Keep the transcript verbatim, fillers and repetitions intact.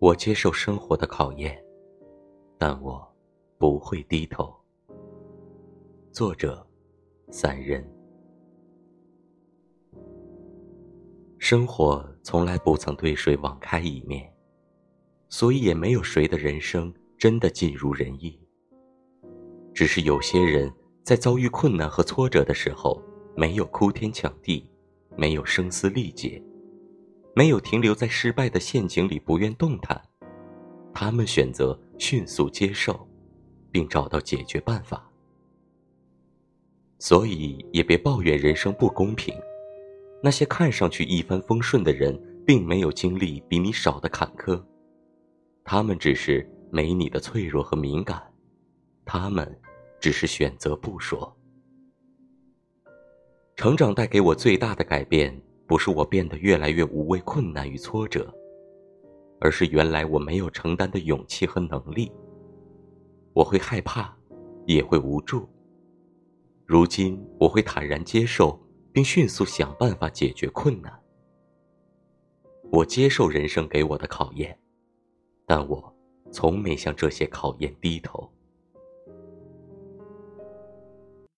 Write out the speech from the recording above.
我接受生活的考验，但我不会低头。作者：散人。生活从来不曾对谁网开一面，所以也没有谁的人生真的尽如人意。只是有些人在遭遇困难和挫折的时候，没有哭天抢地，没有声嘶力竭，没有停留在失败的陷阱里不愿动弹，他们选择迅速接受，并找到解决办法。所以也别抱怨人生不公平，那些看上去一帆风顺的人，并没有经历比你少的坎坷，他们只是没你的脆弱和敏感，他们只是选择不说。成长带给我最大的改变，不是我变得越来越无畏困难与挫折，而是原来我没有承担的勇气和能力。我会害怕，也会无助。如今我会坦然接受，并迅速想办法解决困难。我接受人生给我的考验，但我从没向这些考验低头。